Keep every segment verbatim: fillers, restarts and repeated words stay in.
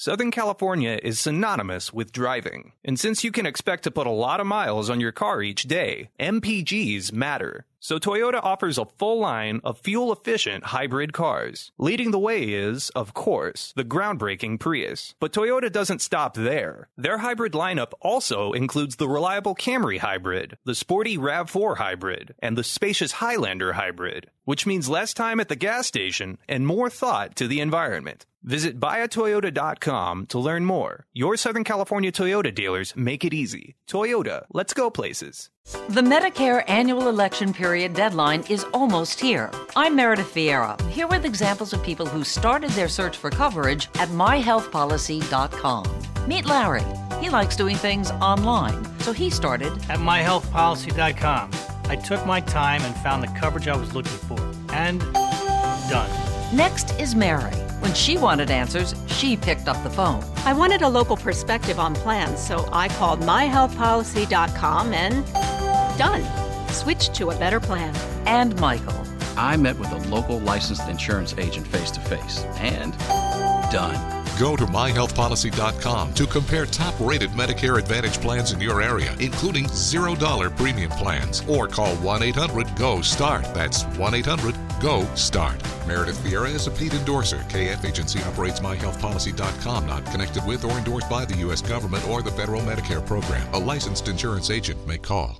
Southern California is synonymous with driving. And since you can expect to put a lot of miles on your car each day, M P Gs matter. So Toyota offers a full line of fuel-efficient hybrid cars. Leading the way is, of course, the groundbreaking Prius. But Toyota doesn't stop there. Their hybrid lineup also includes the reliable Camry Hybrid, the sporty RAV four Hybrid, and the spacious Highlander Hybrid, which means less time at the gas station and more thought to the environment. Visit buy a toyota dot com to learn more. Your Southern California Toyota dealers make it easy. Toyota, let's go places. The Medicare annual election period deadline is almost here. I'm Meredith Vieira, here with examples of people who started their search for coverage at my health policy dot com. Meet Larry. He likes doing things online, so he started at my health policy dot com. I took my time and found the coverage I was looking for. And done. Next is Mary. When she wanted answers, she picked up the phone. I wanted a local perspective on plans, so I called my health policy dot com and done. Switched to a better plan. And Michael. I met with a local licensed insurance agent face-to-face and done. Go to my health policy dot com to compare top-rated Medicare Advantage plans in your area, including zero dollar premium plans, or call one eight hundred G O START. That's one eight hundred G O START. Meredith Vieira is a paid endorser. K F Agency operates my health policy dot com, not connected with or endorsed by the U S government or the federal Medicare program. A licensed insurance agent may call.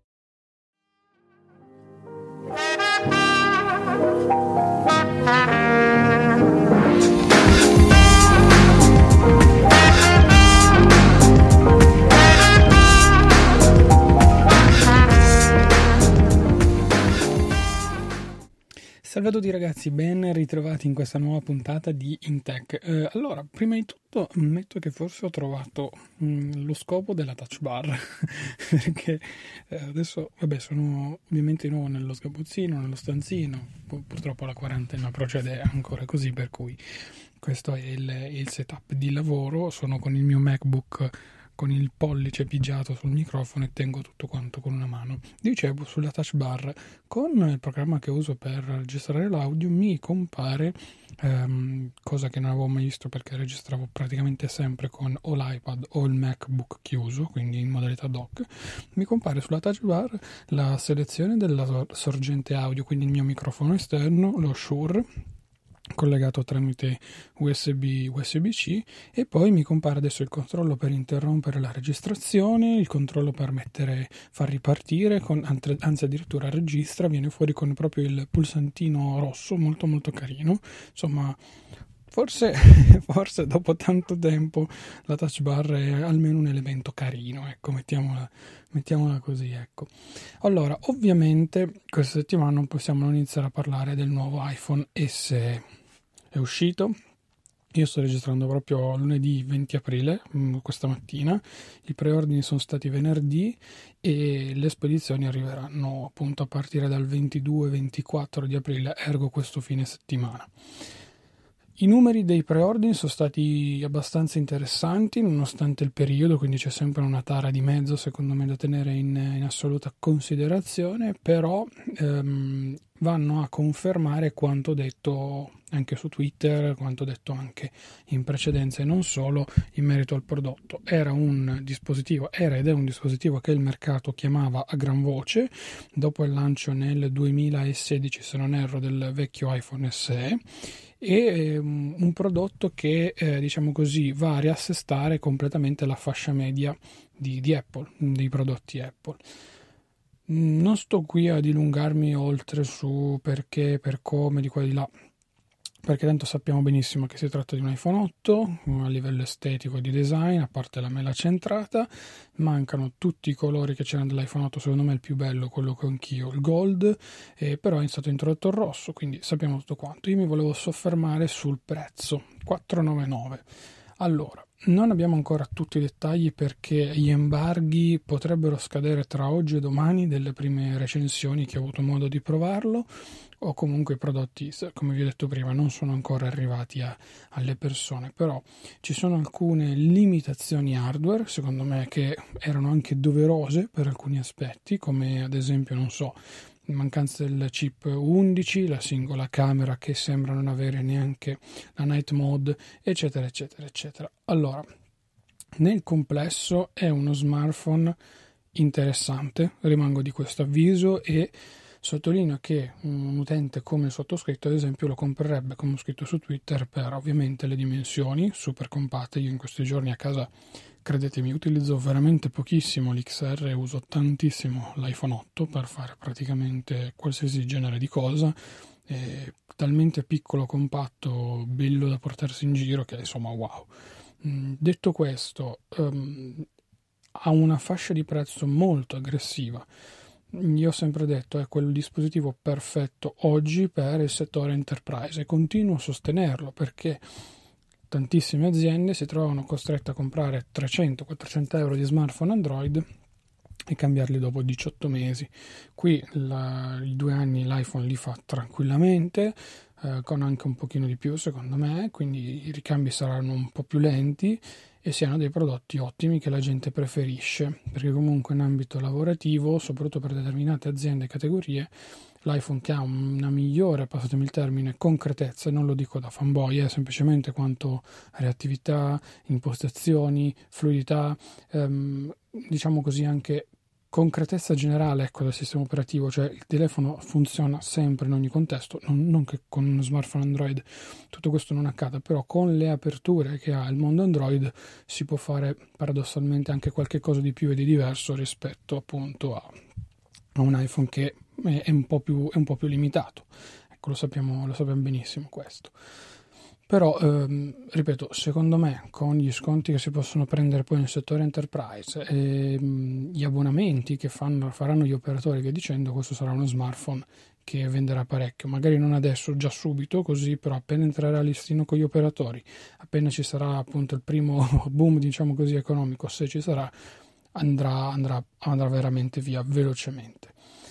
Salve a tutti ragazzi, ben ritrovati in questa nuova puntata di InTech. Eh, allora, prima di tutto ammetto che forse ho trovato mh, lo scopo della touch bar, perché eh, adesso, vabbè, sono ovviamente di nuovo nello sgabuzzino, nello stanzino, Pu- purtroppo la quarantena procede ancora così, per cui questo è il, il setup di lavoro. Sono con il mio MacBook con il pollice pigiato sul microfono e tengo tutto quanto con una mano. Dicevo, sulla touch bar, con il programma che uso per registrare l'audio, mi compare, ehm, cosa che non avevo mai visto perché registravo praticamente sempre con o l'iPad o il MacBook chiuso, quindi in modalità dock, mi compare sulla touch bar la selezione della sorgente audio, quindi il mio microfono esterno, lo Shure, collegato tramite U S B U S B C, e poi mi compare adesso il controllo per interrompere la registrazione, il controllo per mettere, far ripartire, con, anzi addirittura registra, viene fuori con proprio il pulsantino rosso, molto molto carino. Insomma, forse, forse dopo tanto tempo la touch bar è almeno un elemento carino, ecco, mettiamola, mettiamola così, ecco. Allora, ovviamente questa settimana non possiamo non iniziare a parlare del nuovo iPhone S E. È uscito, io sto registrando proprio lunedì venti aprile, questa mattina, i preordini sono stati venerdì e le spedizioni arriveranno appunto a partire dal ventidue ventiquattro di aprile, ergo questo fine settimana. I numeri dei preordini sono stati abbastanza interessanti nonostante il periodo, quindi c'è sempre una tara di mezzo secondo me da tenere in, in assoluta considerazione, però ehm, vanno a confermare quanto detto anche su Twitter, quanto detto anche in precedenza e non solo in merito al prodotto. Era un dispositivo, era ed è un dispositivo che il mercato chiamava a gran voce dopo il lancio nel duemilasedici, se non erro, del vecchio iPhone S E, e um, un prodotto che eh, diciamo così va a riassestare completamente la fascia media di, di Apple, dei prodotti Apple. Non sto qui a dilungarmi oltre su perché, per come, di qua e di là, perché tanto sappiamo benissimo che si tratta di un iPhone otto a livello estetico e di design, a parte la mela centrata. Mancano tutti i colori che c'erano dell'iPhone otto, secondo me il più bello, quello che ho anch'io, il gold, eh, però è stato introdotto il rosso, quindi sappiamo tutto quanto. Io mi volevo soffermare sul prezzo, quattrocentonovantanove. Allora, non abbiamo ancora tutti i dettagli perché gli embarghi potrebbero scadere tra oggi e domani delle prime recensioni che ho avuto modo di provarlo, o comunque i prodotti, come vi ho detto prima, non sono ancora arrivati a, alle persone, però ci sono alcune limitazioni hardware, secondo me, che erano anche doverose per alcuni aspetti, come ad esempio, non so, mancanza del chip undici, la singola camera che sembra non avere neanche la night mode, eccetera eccetera eccetera. Allora, nel complesso è uno smartphone interessante, rimango di questo avviso, e sottolineo che un utente come il sottoscritto, ad esempio, lo comprerebbe, come ho scritto su Twitter, per ovviamente le dimensioni super compatte. Io in questi giorni a casa, credetemi, utilizzo veramente pochissimo l'X R e uso tantissimo l'iPhone otto per fare praticamente qualsiasi genere di cosa. È talmente piccolo, compatto, bello da portarsi in giro che insomma wow. Detto questo, um, ha una fascia di prezzo molto aggressiva. Io ho sempre detto è quel dispositivo perfetto oggi per il settore enterprise e continuo a sostenerlo, perché tantissime aziende si trovano costrette a comprare trecento quattrocento euro di smartphone Android e cambiarli dopo diciotto mesi. Qui la, i due anni l'iPhone li fa tranquillamente, eh, con anche un pochino di più secondo me, quindi i ricambi saranno un po' più lenti e siano dei prodotti ottimi che la gente preferisce, perché comunque in ambito lavorativo, soprattutto per determinate aziende e categorie, l'iPhone che ha una migliore, passatemi il termine, concretezza, e non lo dico da fanboy, è semplicemente quanto reattività, impostazioni, fluidità, ehm, diciamo così anche concretezza generale, ecco, del sistema operativo, cioè il telefono funziona sempre in ogni contesto, non, non che con uno smartphone Android tutto questo non accada, però con le aperture che ha il mondo Android si può fare paradossalmente anche qualche cosa di più e di diverso rispetto appunto a, a un iPhone che è, è, un po' più, è un po' più limitato. Ecco, lo sappiamo, lo sappiamo benissimo questo. Però, ehm, ripeto, secondo me con gli sconti che si possono prendere poi nel settore enterprise e mh, gli abbonamenti che fanno, faranno gli operatori, via dicendo, questo sarà uno smartphone che venderà parecchio, magari non adesso, già subito, così, però appena entrerà a listino con gli operatori, appena ci sarà appunto il primo boom, diciamo così, economico, se ci sarà, andrà, andrà, andrà veramente via velocemente.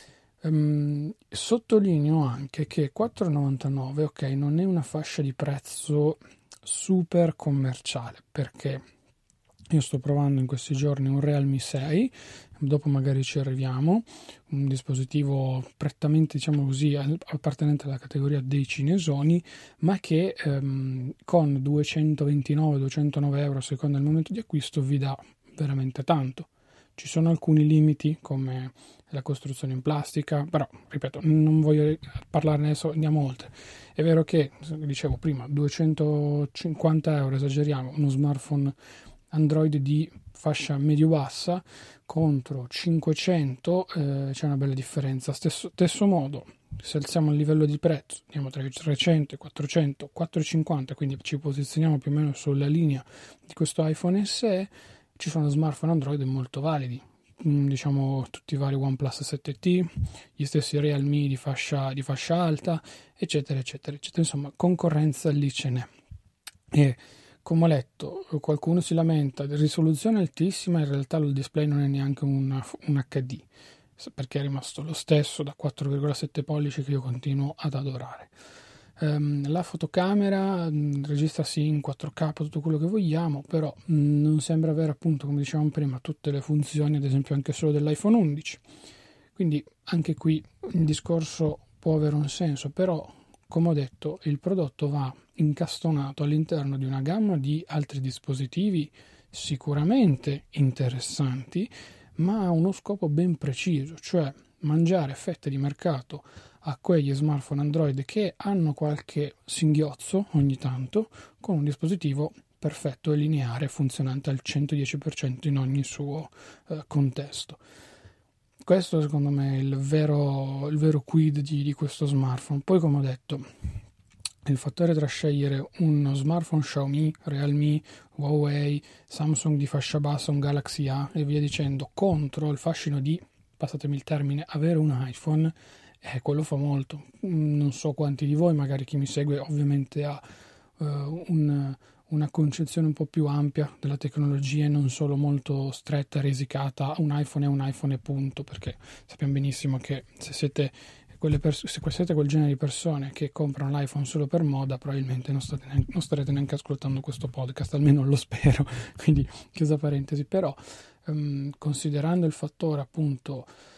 Um, sottolineo anche che quattro virgola novantanove, ok, non è una fascia di prezzo super commerciale, perché io sto provando in questi giorni un Realme sei, dopo magari ci arriviamo, un dispositivo prettamente, diciamo così, appartenente alla categoria dei cinesoni, ma che um, con duecentoventinove duecentonove euro a seconda del momento di acquisto vi dà veramente tanto. Ci sono alcuni limiti come la costruzione in plastica, però ripeto, non voglio parlarne adesso, andiamo oltre. È vero che, dicevo prima, duecentocinquanta euro, esageriamo, uno smartphone Android di fascia medio-bassa contro cinquecento, eh, c'è una bella differenza. Stesso, stesso modo, se alziamo il livello di prezzo, andiamo tra i trecento, quattrocento, quattrocentocinquanta, quindi ci posizioniamo più o meno sulla linea di questo iPhone S E, ci sono smartphone Android molto validi, diciamo tutti i vari OnePlus sette T, gli stessi Realme di fascia, di fascia alta, eccetera eccetera eccetera. Insomma, concorrenza lì ce n'è. E come ho letto, qualcuno si lamenta di risoluzione altissima, in realtà il display non è neanche un, un acca di, perché è rimasto lo stesso da quattro virgola sette pollici che io continuo ad adorare. Um, la fotocamera mh, registra sì in quattro K, tutto quello che vogliamo, però mh, non sembra avere, appunto, come dicevamo prima, tutte le funzioni, ad esempio anche solo dell'iPhone undici, quindi anche qui il discorso può avere un senso, però come ho detto il prodotto va incastonato all'interno di una gamma di altri dispositivi sicuramente interessanti, ma ha uno scopo ben preciso, cioè mangiare fette di mercato a quegli smartphone Android che hanno qualche singhiozzo ogni tanto, con un dispositivo perfetto e lineare, funzionante al centodieci per cento in ogni suo eh, contesto. Questo secondo me è il vero, il vero quid di, di questo smartphone. Poi, come ho detto, il fattore tra scegliere uno smartphone Xiaomi, Realme, Huawei, Samsung di fascia bassa, un Galaxy A e via dicendo, contro il fascino di, passatemi il termine, avere un iPhone, eh, quello fa molto. Non so quanti di voi, magari chi mi segue ovviamente ha uh, un, una concezione un po' più ampia della tecnologia e non solo molto stretta, risicata, un iPhone è un iPhone e punto, perché sappiamo benissimo che se siete quelle pers- se siete quel genere di persone che comprano l'iPhone solo per moda, probabilmente non, state neanche, non starete neanche ascoltando questo podcast, almeno lo spero. Quindi chiusa parentesi. Però um, considerando il fattore appunto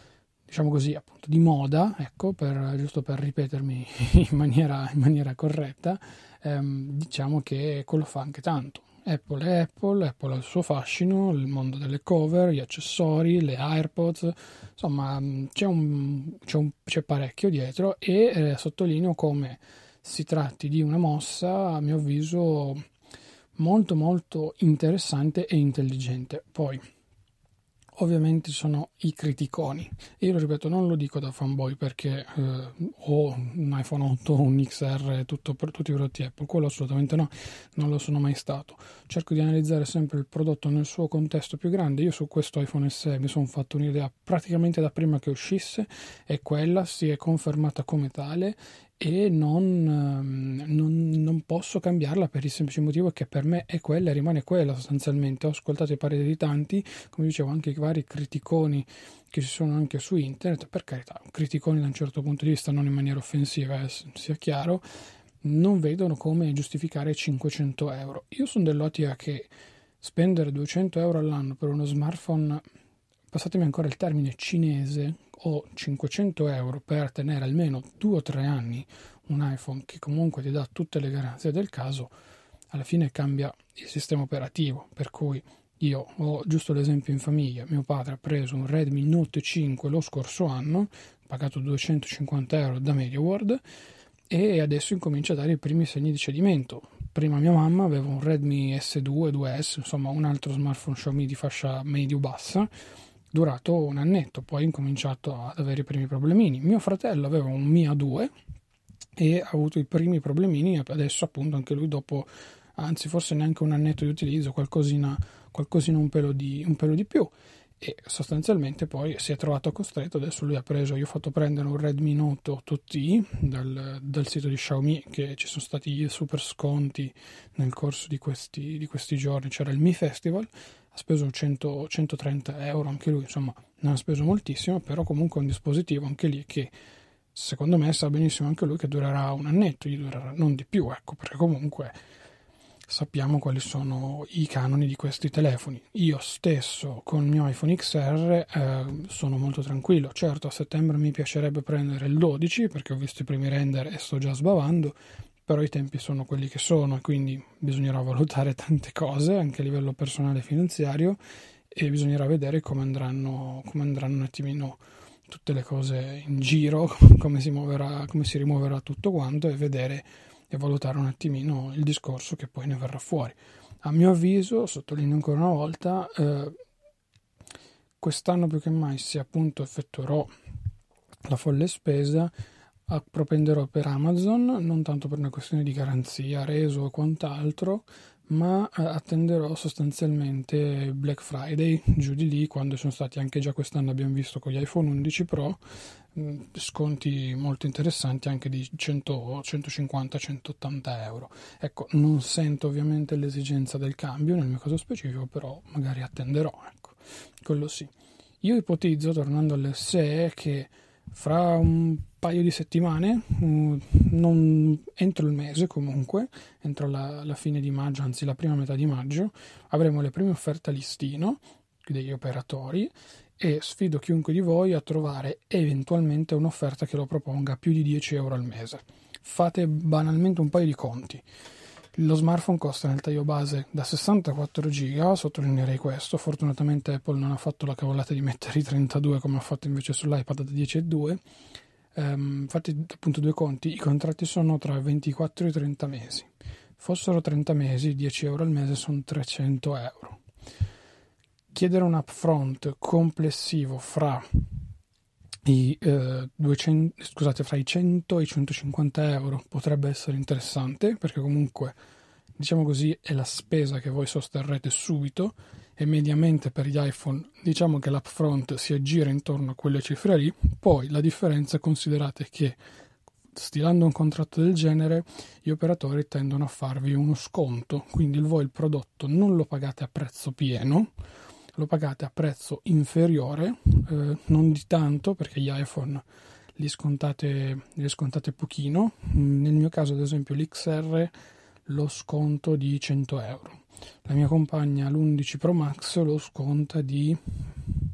diciamo così, appunto di moda, ecco, per, giusto per ripetermi in maniera, in maniera corretta, ehm, diciamo che quello fa anche tanto. Apple è Apple, Apple ha il suo fascino, il mondo delle cover, gli accessori, le AirPods, insomma c'è, un, c'è, un, c'è parecchio dietro e eh, sottolineo come si tratti di una mossa, a mio avviso, molto molto interessante e intelligente. Poi ovviamente sono i criticoni, e io lo ripeto, non lo dico da fanboy perché eh, ho un iPhone otto, un X R, tutto per tutti i prodotti Apple, quello assolutamente no, non lo sono mai stato. Cerco di analizzare sempre il prodotto nel suo contesto più grande. Io su questo iPhone S E mi sono fatto un'idea praticamente da prima che uscisse, e quella si è confermata come tale, e non, non, non posso cambiarla per il semplice motivo che per me è quella e rimane quella sostanzialmente. Ho ascoltato i pareri di tanti, come dicevo, anche i vari criticoni che ci sono anche su internet, per carità, criticoni da un certo punto di vista, non in maniera offensiva, eh, sia chiaro, non vedono come giustificare cinquecento euro. Io sono dell'ottica che spendere duecento euro all'anno per uno smartphone, passatemi ancora il termine, cinese, o cinquecento euro per tenere almeno due o tre anni un iPhone che comunque ti dà tutte le garanzie del caso, alla fine cambia il sistema operativo. Per cui io ho giusto l'esempio in famiglia: mio padre ha preso un Redmi Note cinque lo scorso anno, pagato duecentocinquanta euro da MediaWorld, e adesso incomincia a dare i primi segni di cedimento. Prima mia mamma aveva un Redmi S due, due S, insomma un altro smartphone Xiaomi di fascia medio-bassa, durato un annetto, poi ha incominciato ad avere i primi problemini. Mio fratello aveva un Mi A due e ha avuto i primi problemini, adesso appunto anche lui, dopo, anzi forse neanche un annetto di utilizzo, qualcosina, qualcosina un pelo di, un pelo di più, e sostanzialmente poi si è trovato costretto. Adesso lui ha preso, io ho fatto prendere un Redmi Note otto T dal, dal sito di Xiaomi, che ci sono stati super sconti nel corso di questi, di questi giorni, c'era il Mi Festival, ha speso cento, centotrenta euro anche lui, insomma non ha speso moltissimo, però comunque è un dispositivo anche lì che secondo me sa benissimo anche lui che durerà un annetto, gli durerà non di più, ecco, perché comunque sappiamo quali sono i canoni di questi telefoni. Io stesso con il mio iPhone X R eh, sono molto tranquillo. Certo, a settembre mi piacerebbe prendere il dodici perché ho visto i primi render e sto già sbavando, però i tempi sono quelli che sono e quindi bisognerà valutare tante cose anche a livello personale e finanziario, e bisognerà vedere come andranno, come andranno un attimino tutte le cose in giro, come si muoverà, come si rimuoverà tutto quanto, e vedere e valutare un attimino il discorso che poi ne verrà fuori. A mio avviso, sottolineo ancora una volta, eh, quest'anno più che mai, se appunto effettuerò la folle spesa, propenderò per Amazon, non tanto per una questione di garanzia, reso o quant'altro, ma attenderò sostanzialmente Black Friday, giù di lì, quando sono stati anche già quest'anno, abbiamo visto con gli iPhone undici Pro, sconti molto interessanti anche di cento, centocinquanta, centottanta euro. Ecco, non sento ovviamente l'esigenza del cambio nel mio caso specifico, però magari attenderò, ecco, quello sì. Io ipotizzo, tornando all'S E, che fra un paio di settimane, non, entro il mese comunque, entro la, la fine di maggio, anzi la prima metà di maggio, avremo le prime offerte a listino degli operatori, e sfido chiunque di voi a trovare eventualmente un'offerta che lo proponga a più di dieci euro al mese. Fate banalmente un paio di conti. Lo smartphone costa nel taglio base da sessantaquattro giga, sottolineerei questo. Fortunatamente Apple non ha fatto la cavolata di mettere i trentadue come ha fatto invece sull'iPad da dieci e due. Um, fate appunto due conti, i contratti sono tra ventiquattro e trenta mesi. Fossero trenta mesi, dieci euro al mese sono trecento euro. Chiedere un upfront complessivo fra i eh, duecento, scusate, fra i cento e i centocinquanta euro potrebbe essere interessante, perché comunque, diciamo così, è la spesa che voi sosterrete subito, e mediamente per gli iPhone diciamo che l'upfront si aggira intorno a quelle cifre lì. Poi la differenza, considerate che stilando un contratto del genere gli operatori tendono a farvi uno sconto, quindi voi il prodotto non lo pagate a prezzo pieno, lo pagate a prezzo inferiore, eh, non di tanto, perché gli iPhone li scontate, li scontate pochino. Nel mio caso ad esempio l'X R lo sconto di cento euro, la mia compagna l'undici Pro Max lo sconta di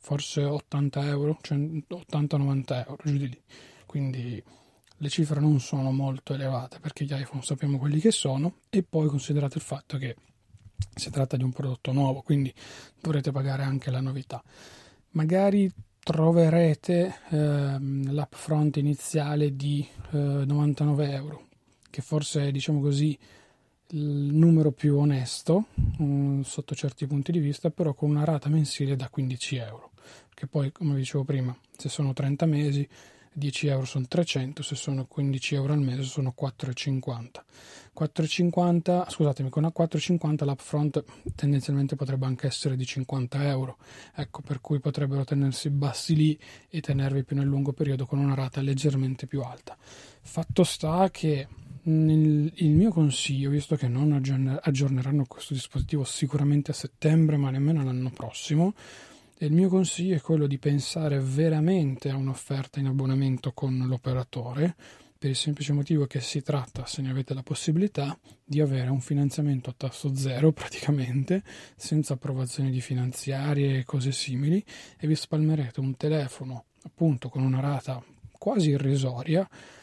forse ottanta euro, cioè ottanta novanta euro, giù di lì. Quindi le cifre non sono molto elevate perché gli iPhone sappiamo quelli che sono, e poi considerate il fatto che si tratta di un prodotto nuovo, quindi dovrete pagare anche la novità. Magari troverete ehm, l'upfront iniziale di eh, novantanove euro, che forse è, diciamo così, il numero più onesto mh, sotto certi punti di vista, però con una rata mensile da quindici euro, perché poi, come dicevo prima, se sono trenta mesi dieci euro sono trecento, se sono quindici euro al mese sono quattro e cinquanta. quattro e cinquanta, scusatemi, con quattro e cinquanta l'upfront tendenzialmente potrebbe anche essere di cinquanta euro, ecco, per cui potrebbero tenersi bassi lì e tenervi più nel lungo periodo con una rata leggermente più alta. Fatto sta che il, il mio consiglio, visto che non aggiorner- aggiorneranno questo dispositivo sicuramente a settembre, ma nemmeno l'anno prossimo, il mio consiglio è quello di pensare veramente a un'offerta in abbonamento con l'operatore, per il semplice motivo che si tratta, se ne avete la possibilità, di avere un finanziamento a tasso zero praticamente, senza approvazioni di finanziarie e cose simili, e vi spalmerete un telefono appunto con una rata quasi irrisoria,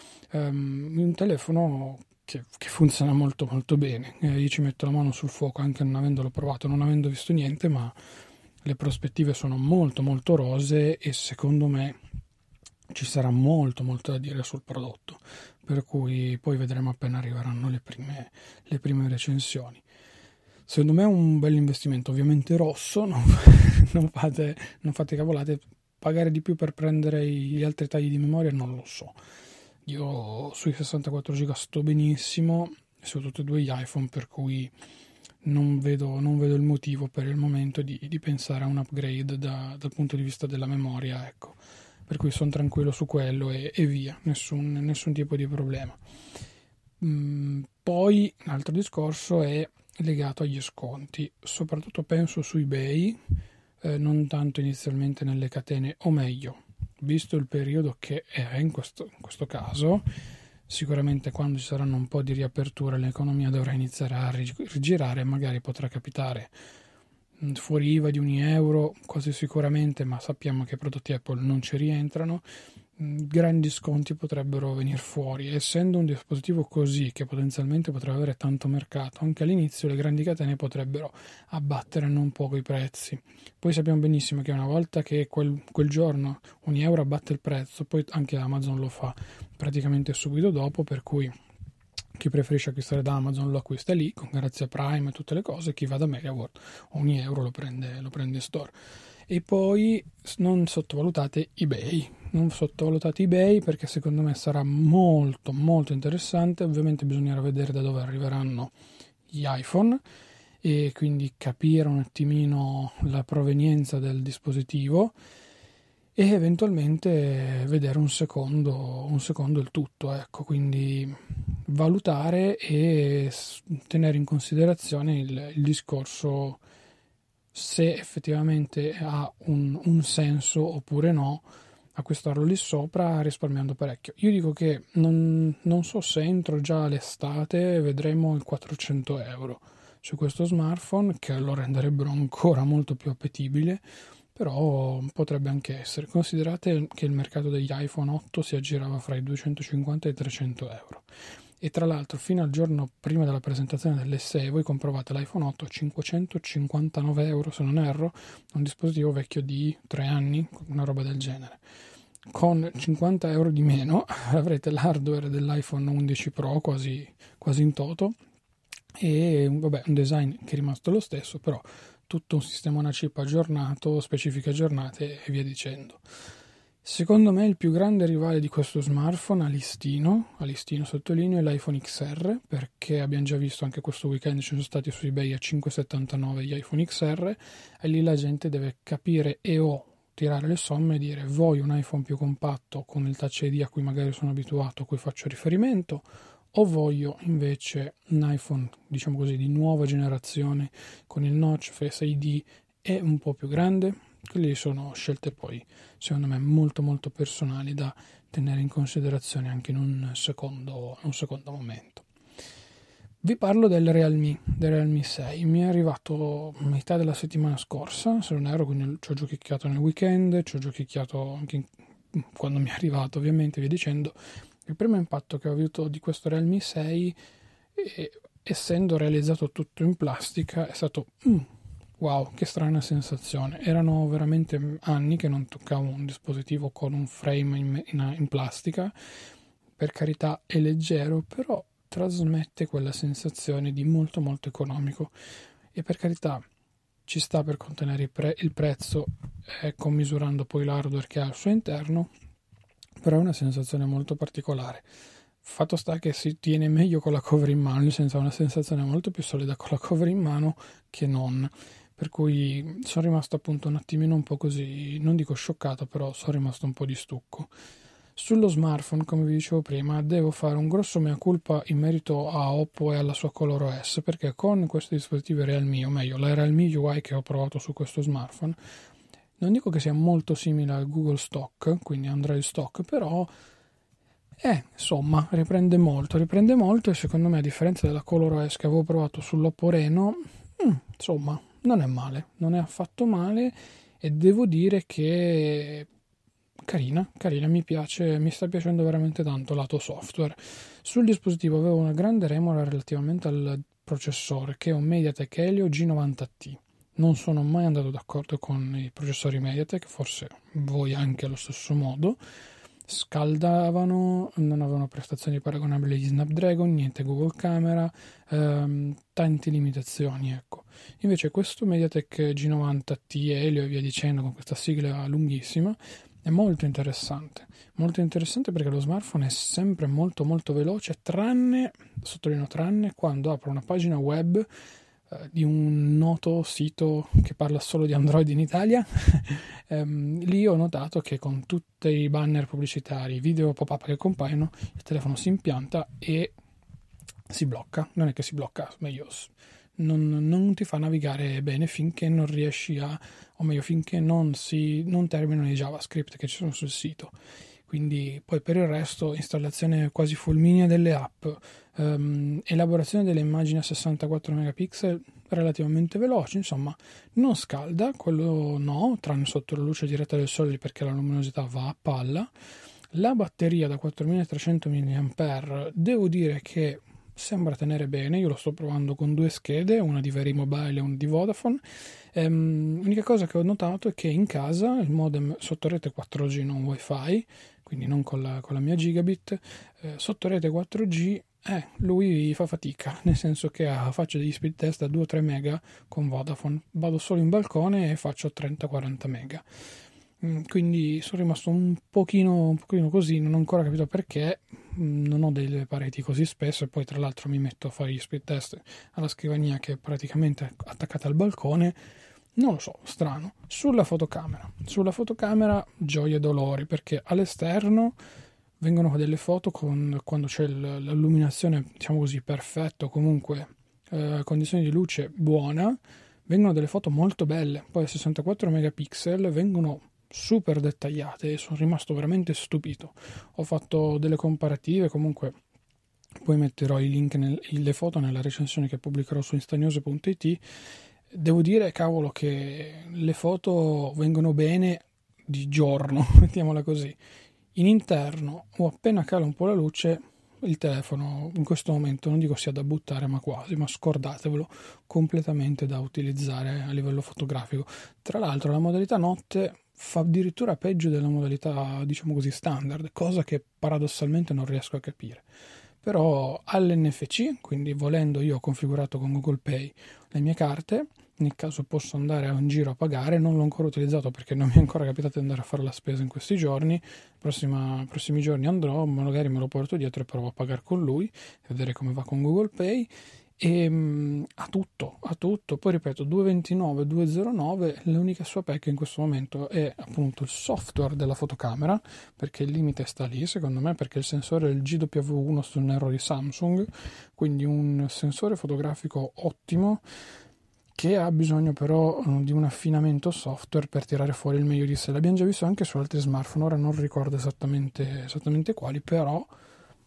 um, un telefono che, che funziona molto molto bene. Eh, io ci metto la mano sul fuoco anche non avendolo provato, non avendo visto niente, ma le prospettive sono molto molto rosee e secondo me ci sarà molto molto da dire sul prodotto, per cui poi vedremo appena arriveranno le prime, le prime recensioni. Secondo me è un bel investimento, ovviamente rosso, non, non, fate, non fate cavolate, pagare di più per prendere gli altri tagli di memoria non lo so. Io sui sessantaquattro giga sto benissimo, su tutti e due gli iPhone, per cui non vedo, non vedo il motivo per il momento di, di pensare a un upgrade da, dal punto di vista della memoria, ecco. Per cui sono tranquillo su quello e, e via, nessun, nessun tipo di problema. Mm, poi un altro discorso è legato agli sconti, soprattutto penso su eBay, eh, non tanto inizialmente nelle catene, o meglio, visto il periodo che è in questo, in questo caso, sicuramente quando ci saranno un po' di riapertura l'economia dovrà iniziare a rigirare e magari potrà capitare fuori I V A di un euro quasi sicuramente, ma sappiamo che i prodotti Apple non ci rientrano, grandi sconti potrebbero venire fuori. Essendo un dispositivo così che potenzialmente potrebbe avere tanto mercato, anche all'inizio le grandi catene potrebbero abbattere non poco i prezzi. Poi sappiamo benissimo che una volta che quel, quel giorno un euro abbatte il prezzo, poi anche Amazon lo fa praticamente subito dopo, per cui chi preferisce acquistare da Amazon lo acquista lì, con grazie a Prime e tutte le cose, chi va da MediaWorld ogni euro lo prende, lo prende in store. E poi non sottovalutate eBay, non sottovalutate eBay perché secondo me sarà molto molto interessante. Ovviamente bisognerà vedere da dove arriveranno gli iPhone e quindi capire un attimino la provenienza del dispositivo e eventualmente vedere un secondo, un secondo il tutto, ecco, quindi valutare e tenere in considerazione il, il discorso se effettivamente ha un, un senso oppure no acquistarlo lì sopra risparmiando parecchio. Io dico che non, non so se entro già l'estate vedremo il quattrocento euro su questo smartphone, che lo renderebbero ancora molto più appetibile, però potrebbe anche essere. Considerate che il mercato degli iPhone otto si aggirava fra i duecentocinquanta e i trecento euro. E tra l'altro fino al giorno prima della presentazione dell'esse e voi comprovate l'iPhone otto a cinquecentocinquantanove euro, se non erro, un dispositivo vecchio di tre anni, una roba del genere. Con cinquanta euro di meno avrete l'hardware dell'iPhone undici Pro quasi, quasi in toto e vabbè, un design che è rimasto lo stesso, però tutto un sistema una chip aggiornato, specifiche aggiornate e via dicendo. Secondo me il più grande rivale di questo smartphone a listino, a listino sottolineo, è l'iPhone X R, perché abbiamo già visto anche questo weekend ci sono stati su eBay a cinque virgola settantanove gli iPhone X R e lì la gente deve capire e o tirare le somme e dire voglio un iPhone più compatto con il Touch I D a cui magari sono abituato, a cui faccio riferimento, o voglio invece un iPhone, diciamo così, di nuova generazione con il notch, Face I D e un po' più grande. Quelle sono scelte poi, secondo me, molto molto personali da tenere in considerazione anche in un secondo, un secondo momento. Vi parlo del Realme, del Realme sei. Mi è arrivato a metà della settimana scorsa, se non erro, quindi ci ho giochicchiato nel weekend, ci ho giochicchiato anche in, quando mi è arrivato, ovviamente, via dicendo. Il primo impatto che ho avuto di questo Realme sei, eh, essendo realizzato tutto in plastica, è stato mm, wow, che strana sensazione. Erano veramente anni che non toccavo un dispositivo con un frame in, in, in plastica. Per carità è leggero, però trasmette quella sensazione di molto molto economico, e per carità ci sta per contenere il, pre- il prezzo, eh, commisurando poi l'hardware che ha al suo interno, però è una sensazione molto particolare. Fatto sta che si tiene meglio con la cover in mano, nel senso, ha una sensazione molto più solida con la cover in mano che non, per cui sono rimasto appunto un attimino un po' così, non dico scioccato, però sono rimasto un po' di stucco. Sullo smartphone, come vi dicevo prima, devo fare un grosso mea culpa in merito a Oppo e alla sua ColorOS, perché con questi dispositivi Realme, o meglio la Realme U I che ho provato su questo smartphone, non dico che sia molto simile al Google Stock, quindi Android Stock, però eh, insomma, riprende molto, riprende molto, e secondo me, a differenza della ColorOS che avevo provato sull'Oppo Reno, mh, insomma, non è male, non è affatto male, e devo dire che carina, carina, mi piace, mi sta piacendo veramente tanto lato software. Sul dispositivo avevo una grande remora relativamente al processore, che è un MediaTek Helio G novanta T. Non sono mai andato d'accordo con i processori MediaTek, forse voi anche allo stesso modo. Scaldavano, non avevano prestazioni paragonabili agli Snapdragon, niente Google Camera, ehm, tante limitazioni, ecco. Invece questo MediaTek G novanta T Helio e via dicendo, con questa sigla lunghissima, è molto interessante, molto interessante perché lo smartphone è sempre molto molto veloce, tranne, sottolineo tranne, quando apro una pagina web eh, di un noto sito che parla solo di Android in Italia. ehm, lì ho notato che con tutti i banner pubblicitari, video pop-up che compaiono, il telefono si impianta e si blocca, non è che si blocca, meglio, non, non ti fa navigare bene finché non riesci a, o meglio finché non si non terminano i JavaScript che ci sono sul sito. Quindi poi per il resto installazione quasi fulminea delle app, ehm, elaborazione delle immagini a sessantaquattro megapixel relativamente veloci, insomma non scalda, quello no, tranne sotto la luce diretta del sole perché la luminosità va a palla. La batteria da quattromilatrecento milliampere devo dire che sembra tenere bene, io lo sto provando con due schede, una di Very Mobile e una di Vodafone. Ehm, l'unica cosa che ho notato è che in casa il modem sotto rete quattro G, non Wi-Fi, quindi non con la, con la mia gigabit, eh, sotto rete quattro G, eh, lui fa fatica, nel senso che ah, faccio degli speed test a due o tre mega con Vodafone, vado solo in balcone e faccio trenta quaranta mega. Quindi sono rimasto un pochino, un pochino così, non ho ancora capito perché, non ho delle pareti così spesso, e poi tra l'altro mi metto a fare gli speed test alla scrivania che è praticamente attaccata al balcone, non lo so, strano. Sulla fotocamera, sulla fotocamera gioia e dolori, perché all'esterno vengono delle foto con, quando c'è l'illuminazione, diciamo così, perfetta, comunque eh, condizioni di luce buona, vengono delle foto molto belle, poi a sessantaquattro megapixel vengono super dettagliate e sono rimasto veramente stupito. Ho fatto delle comparative, comunque poi metterò i link, nel, le foto nella recensione che pubblicherò su instanews punto it. Devo dire, cavolo, che le foto vengono bene di giorno, mettiamola così. In interno, o appena cala un po' la luce, il telefono in questo momento non dico sia da buttare, ma quasi, ma scordatevelo, completamente da utilizzare a livello fotografico. Tra l'altro la modalità notte fa addirittura peggio della modalità, diciamo così, standard, cosa che paradossalmente non riesco a capire. Però all'N F C, quindi volendo, io ho configurato con Google Pay le mie carte, nel caso posso andare a un giro a pagare, non l'ho ancora utilizzato perché non mi è ancora capitato di andare a fare la spesa in questi giorni. Prossima, prossimi giorni andrò, magari me lo porto dietro e provo a pagare con lui, vedere come va con Google Pay. E um, ha tutto, ha tutto. Poi ripeto, duecentoventinove duecentonove, l'unica sua pecca in questo momento è appunto il software della fotocamera, perché il limite sta lì secondo me, perché il sensore è il G W uno su un errore di Samsung, quindi un sensore fotografico ottimo che ha bisogno però di un affinamento software per tirare fuori il meglio di sé. L'abbiamo già visto anche su altri smartphone, ora non ricordo esattamente, esattamente quali, però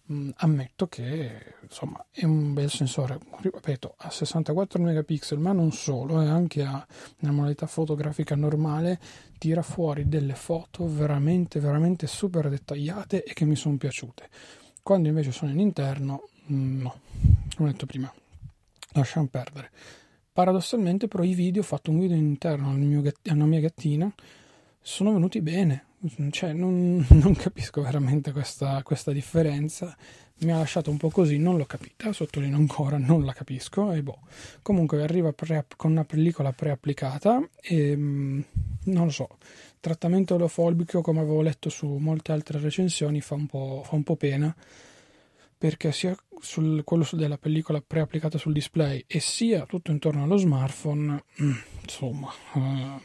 mh, ammetto che insomma è un bel sensore, ripeto, a sessantaquattro megapixel, ma non solo, e anche a una modalità fotografica normale tira fuori delle foto veramente veramente super dettagliate e che mi sono piaciute. Quando invece sono in interno, mh, no, come ho detto prima, lasciamo perdere. Paradossalmente però i video, ho fatto un video in interno al mio gatt- alla mia gattina, sono venuti bene, cioè non, non capisco veramente questa, questa differenza, mi ha lasciato un po' così, non l'ho capita, sottolineo ancora, non la capisco, e boh, comunque arriva pre- con una pellicola preapplicata e mh, non lo so, trattamento oleofolbico, come avevo letto su molte altre recensioni, fa un po', fa un po' pena, perché sia sul, quello della pellicola preapplicata sul display e sia tutto intorno allo smartphone, insomma, eh,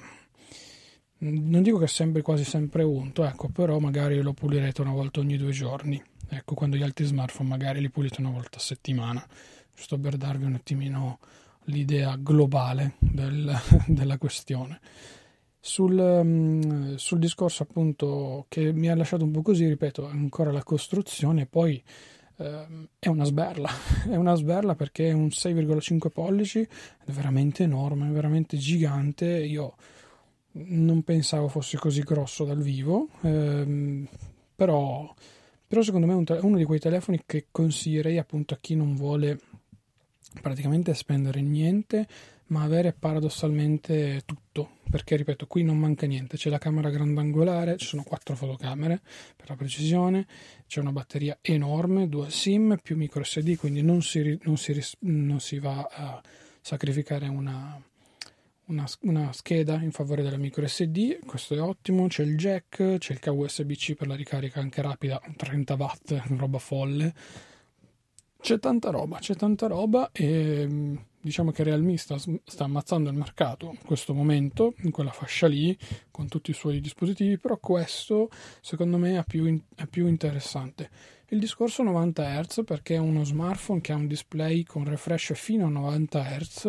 non dico che sembri quasi sempre unto, ecco, però magari lo pulirete una volta ogni due giorni, ecco, quando gli altri smartphone magari li pulite una volta a settimana, giusto per darvi un attimino l'idea globale del, della questione. Sul, um, sul discorso appunto che mi ha lasciato un po' così, ripeto, ancora la costruzione, poi uh, è una sberla, è una sberla perché è un sei virgola cinque pollici, è veramente enorme, è veramente gigante. Io non pensavo fosse così grosso dal vivo, ehm, però, però secondo me è un te- uno di quei telefoni che consiglierei appunto a chi non vuole praticamente spendere niente, ma avere paradossalmente tutto, perché ripeto, qui non manca niente, c'è la camera grandangolare, ci sono quattro fotocamere per la precisione, c'è una batteria enorme, dual sim più micro S D, quindi non si, non si, non si va a sacrificare una Una, una scheda in favore della micro S D, questo è ottimo. C'è il jack, c'è il cavo U S B C per la ricarica anche rapida, trenta watt, roba folle. C'è tanta roba, c'è tanta roba e diciamo che Realme sta, sta ammazzando il mercato in questo momento, in quella fascia lì, con tutti i suoi dispositivi, però questo secondo me è più, in, è più interessante. Il discorso novanta hertz, perché è uno smartphone che ha un display con refresh fino a novanta hertz.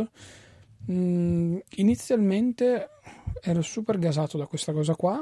Mm, inizialmente ero super gasato da questa cosa qua,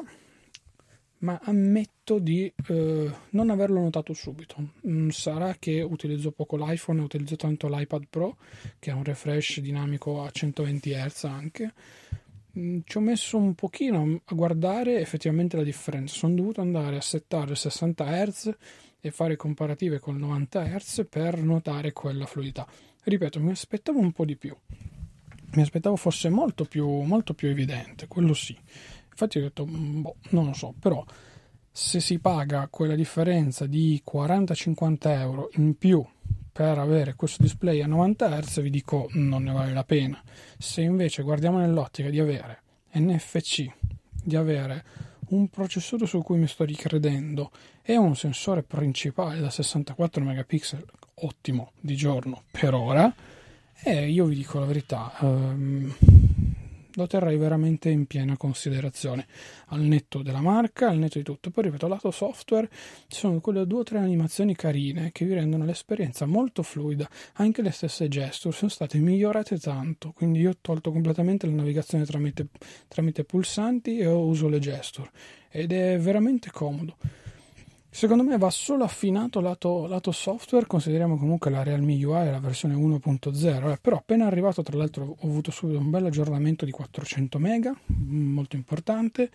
ma ammetto di eh, non averlo notato subito. Mm, sarà che utilizzo poco l'iPhone e utilizzo tanto l'iPad Pro, che ha un refresh dinamico a centoventi hertz anche. Mm, ci ho messo un pochino a guardare effettivamente la differenza. Sono dovuto andare a settare sessanta hertz e fare comparative con novanta hertz per notare quella fluidità. Ripeto, mi aspettavo un po' di più. Mi aspettavo fosse molto più, molto più evidente, quello sì. Infatti ho detto, boh, non lo so, però se si paga quella differenza di quaranta cinquanta euro in più per avere questo display a novanta hertz, vi dico, non ne vale la pena. Se invece guardiamo nell'ottica di avere N F C, di avere un processore su cui mi sto ricredendo e un sensore principale da sessantaquattro megapixel, ottimo, di giorno per ora, e io vi dico la verità, ehm, lo terrei veramente in piena considerazione, al netto della marca, al netto di tutto. Poi ripeto, lato software ci sono quelle due o tre animazioni carine che vi rendono l'esperienza molto fluida, anche le stesse gesture sono state migliorate tanto, quindi io ho tolto completamente la navigazione tramite, tramite pulsanti e uso le gesture ed è veramente comodo. Secondo me va solo affinato lato, lato software, consideriamo comunque la Realme U I la versione uno punto zero, eh, però appena arrivato, tra l'altro ho avuto subito un bel aggiornamento di quattrocento mega, molto importante,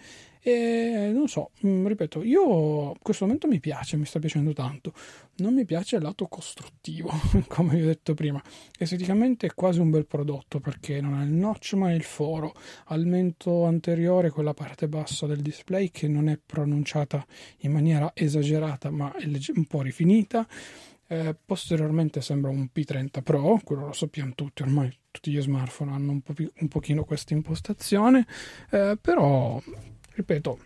e non so, ripeto, io in questo momento mi piace, mi sta piacendo tanto, non mi piace il lato costruttivo, come vi ho detto prima, esteticamente è quasi un bel prodotto perché non ha il notch ma il foro, al mento anteriore quella parte bassa del display che non è pronunciata in maniera esagerata ma è un po' rifinita. Eh, posteriormente sembra un P trenta Pro, quello lo sappiamo tutti, ormai tutti gli smartphone hanno un, po più, un pochino questa impostazione, eh, però ripeto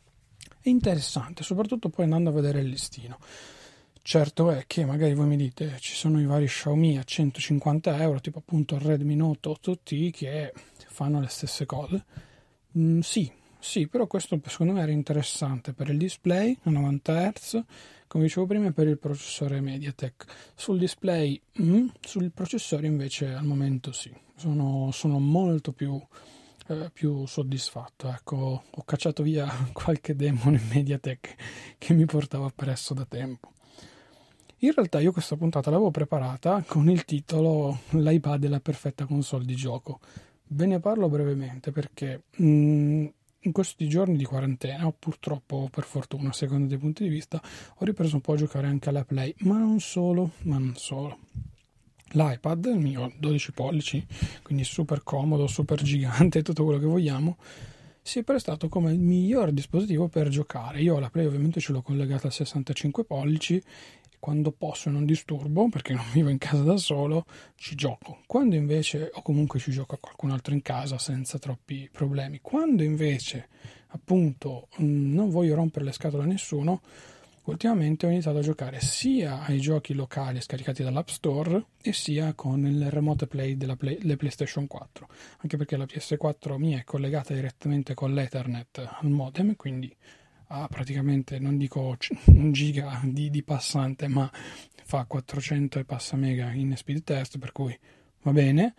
è interessante, soprattutto poi andando a vedere il listino. Certo è che magari voi mi dite ci sono i vari Xiaomi a centocinquanta euro, tipo appunto il Redmi Note otto T, che fanno le stesse cose. Mm, sì, sì, però questo secondo me era interessante per il display a novanta hertz, come dicevo prima, per il processore MediaTek. Sul display, mm, sul processore invece al momento sì, sono, sono molto più, eh, più soddisfatto. Ecco, ho cacciato via qualche demone MediaTek che mi portava appresso da tempo. In realtà io questa puntata l'avevo preparata con il titolo "L'iPad è la perfetta console di gioco". Ve ne parlo brevemente perché mh, in questi giorni di quarantena, purtroppo per fortuna, secondo dei punti di vista, ho ripreso un po' a giocare anche alla Play, ma non solo, ma non solo. L'iPad, il mio dodici pollici, quindi super comodo, super gigante, tutto quello che vogliamo, si è prestato come il miglior dispositivo per giocare. Io la Play ovviamente ce l'ho collegata al sessantacinque pollici, quando posso e non disturbo, perché non vivo in casa da solo, ci gioco. Quando invece, o comunque ci gioco a qualcun altro in casa senza troppi problemi. Quando invece, appunto, non voglio rompere le scatole a nessuno, ultimamente ho iniziato a giocare sia ai giochi locali scaricati dall'App Store e sia con il remote play della play, le PlayStation quattro, anche perché la P S quattro mia è collegata direttamente con l'Ethernet al modem, quindi ha praticamente, non dico un giga di, di passante, ma fa quattrocento e passa mega in speed test, per cui va bene.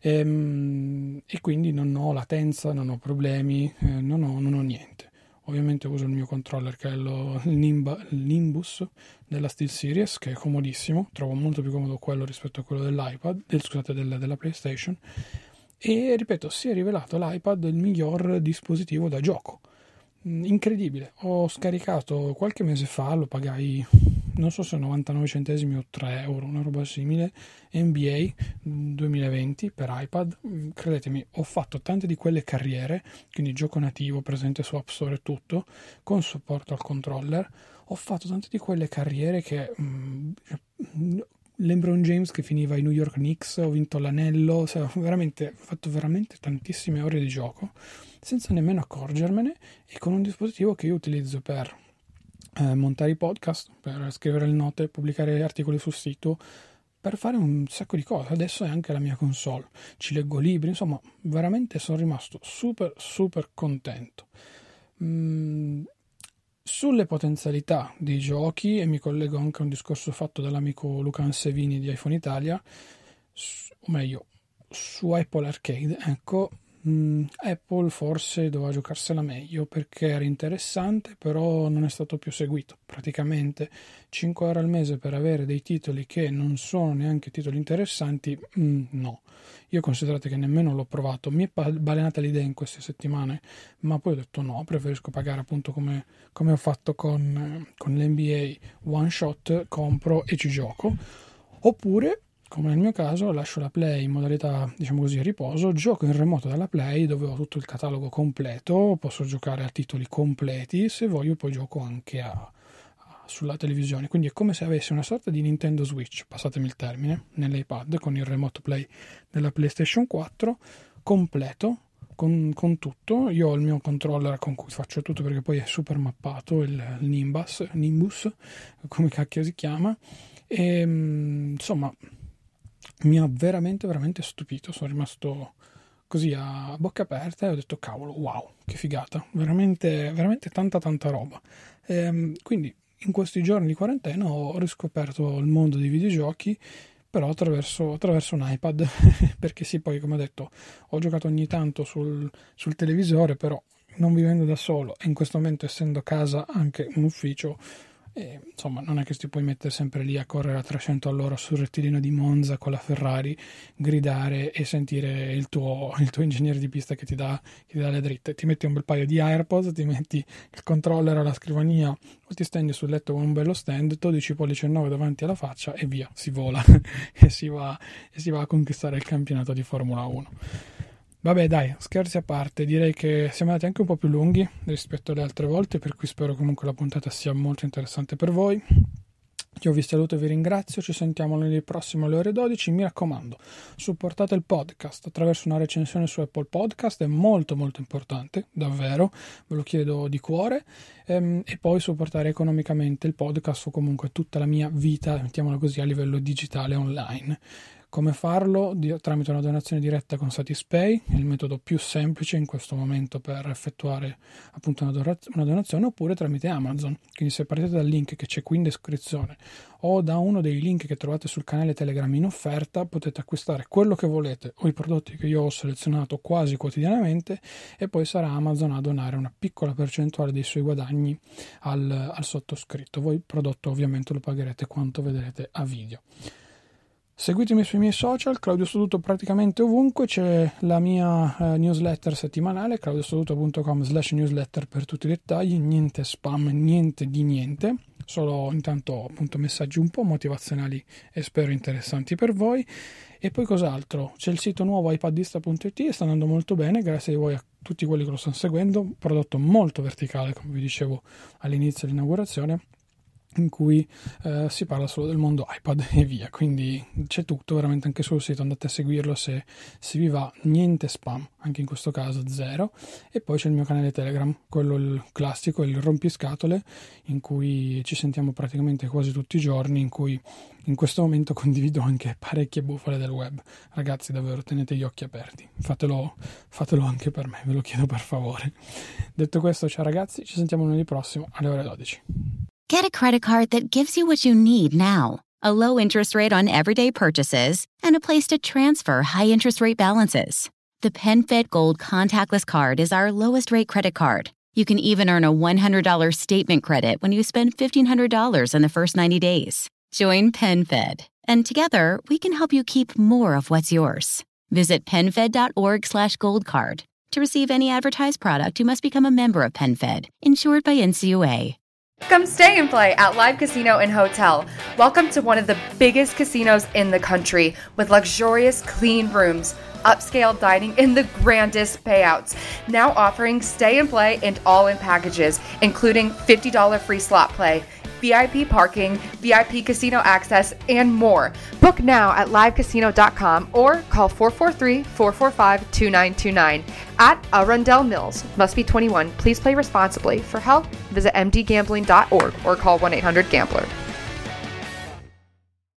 E, e quindi non ho latenza, non ho problemi, eh, non, ho, non ho niente. Ovviamente uso il mio controller, che è lo, il, Nimba, il Nimbus della SteelSeries, che è comodissimo, trovo molto più comodo quello rispetto a quello dell'iPad, del, scusate, del, della PlayStation, e ripeto, si è rivelato l'iPad il miglior dispositivo da gioco. Incredibile. Ho scaricato qualche mese fa, lo pagai non so se novantanove centesimi o tre euro, una roba simile, N B A duemilaventi per iPad. Credetemi, ho fatto tante di quelle carriere, quindi gioco nativo presente su App Store e tutto, con supporto al controller. Ho fatto tante di quelle carriere che mh, LeBron James che finiva ai New York Knicks, ho vinto l'anello, cioè, veramente, ho fatto veramente tantissime ore di gioco senza nemmeno accorgermene, e con un dispositivo che io utilizzo per eh, montare i podcast, per scrivere le note, pubblicare articoli sul sito, per fare un sacco di cose. Adesso è anche la mia console, ci leggo libri, insomma veramente sono rimasto super super contento. Mm, sulle potenzialità dei giochi, e mi collego anche a un discorso fatto dall'amico Luca Ansevini di iPhone Italia, o meglio su Apple Arcade, ecco, Mm, Apple forse doveva giocarsela meglio, perché era interessante, però non è stato più seguito. Praticamente cinque euro al mese per avere dei titoli che non sono neanche titoli interessanti, mm, no. Io considerate che nemmeno l'ho provato, mi è balenata l'idea in queste settimane, ma poi ho detto no, preferisco pagare, appunto come, come ho fatto con, con l'N B A one shot, compro e ci gioco. Oppure, come nel mio caso, lascio la Play in modalità, diciamo così, riposo, gioco in remoto dalla Play, dove ho tutto il catalogo completo, posso giocare a titoli completi, se voglio poi gioco anche a, a, sulla televisione. Quindi è come se avessi una sorta di Nintendo Switch, passatemi il termine, nell'iPad, con il remote play della PlayStation quattro, completo, con, con tutto. Io ho il mio controller con cui faccio tutto, perché poi è super mappato, il, il Nimbus, Nimbus, come cacchio si chiama, e insomma mi ha veramente veramente stupito, sono rimasto così a bocca aperta e ho detto cavolo, wow, che figata, veramente veramente tanta tanta roba. E quindi in questi giorni di quarantena ho riscoperto il mondo dei videogiochi, però attraverso, attraverso un iPad, perché sì, poi come ho detto ho giocato ogni tanto sul, sul televisore, però non vivendo da solo e in questo momento essendo casa anche un ufficio, e, insomma, non è che ti puoi mettere sempre lì a correre a trecento all'ora sul rettilineo di Monza con la Ferrari, gridare e sentire il tuo, il tuo ingegnere di pista che ti dà, che ti dà le dritte. Ti metti un bel paio di AirPods, ti metti il controller alla scrivania o ti stendi sul letto con un bello stand, dodici pollici e nove davanti alla faccia e via, si vola e si va, e si va a conquistare il campionato di Formula uno. Vabbè dai, scherzi a parte, direi che siamo andati anche un po' più lunghi rispetto alle altre volte, per cui spero comunque la puntata sia molto interessante per voi. Io vi saluto e vi ringrazio, ci sentiamo lunedì prossimo alle ore dodici, mi raccomando, supportate il podcast attraverso una recensione su Apple Podcast, è molto molto importante, davvero, ve lo chiedo di cuore, ehm, e poi supportare economicamente il podcast o comunque tutta la mia vita, mettiamola così, a livello digitale online. Come farlo? Di, tramite una donazione diretta con Satispay, il metodo più semplice in questo momento per effettuare appunto una, donaz- una donazione, oppure tramite Amazon. Quindi se partite dal link che c'è qui in descrizione o da uno dei link che trovate sul canale Telegram in offerta, potete acquistare quello che volete o i prodotti che io ho selezionato quasi quotidianamente, e poi sarà Amazon a donare una piccola percentuale dei suoi guadagni al, al sottoscritto. Voi il prodotto ovviamente lo pagherete quanto vedrete a video. Seguitemi sui miei social, Claudio Stoduto praticamente ovunque, c'è la mia eh, newsletter settimanale, claudiostoduto punto com slash newsletter per tutti i dettagli, niente spam, niente di niente, solo intanto appunto messaggi un po' motivazionali e spero interessanti per voi. E poi cos'altro? C'è il sito nuovo ipaddista punto it, sta andando molto bene, grazie a voi, a tutti quelli che lo stanno seguendo, un prodotto molto verticale come vi dicevo all'inizio dell'inaugurazione, in cui eh, si parla solo del mondo iPad e via, quindi c'è tutto veramente anche sul sito, andate a seguirlo se, se vi va, niente spam, anche in questo caso zero. E poi c'è il mio canale Telegram, quello il classico, il rompiscatole, in cui ci sentiamo praticamente quasi tutti i giorni, in cui in questo momento condivido anche parecchie bufale del web. Ragazzi, davvero tenete gli occhi aperti, fatelo, fatelo anche per me, ve lo chiedo per favore. Detto questo, ciao ragazzi, ci sentiamo lunedì prossimo alle ore dodici. Get a credit card that gives you what you need now. A low interest rate on everyday purchases and a place to transfer high interest rate balances. The PenFed Gold Contactless Card is our lowest rate credit card. You can even earn a one hundred dollars statement credit when you spend fifteen hundred dollars in the first ninety days. Join PenFed, and together we can help you keep more of what's yours. Visit penfed.org slash goldcard. To receive any advertised product, you must become a member of PenFed, insured by N C U A. Come stay and play at Live Casino and Hotel. Welcome to one of the biggest casinos in the country with luxurious, clean rooms, upscale dining, and the grandest payouts. Now offering stay and play and all-in packages, including fifty dollars free slot play, V I P parking, V I P casino access, and more. Book now at live casino dot com or call four four three, four four five, two nine two nine. At Arundel Mills. Must be twenty-one. Please play responsibly. For help, visit m d gambling dot org or call one eight hundred gambler.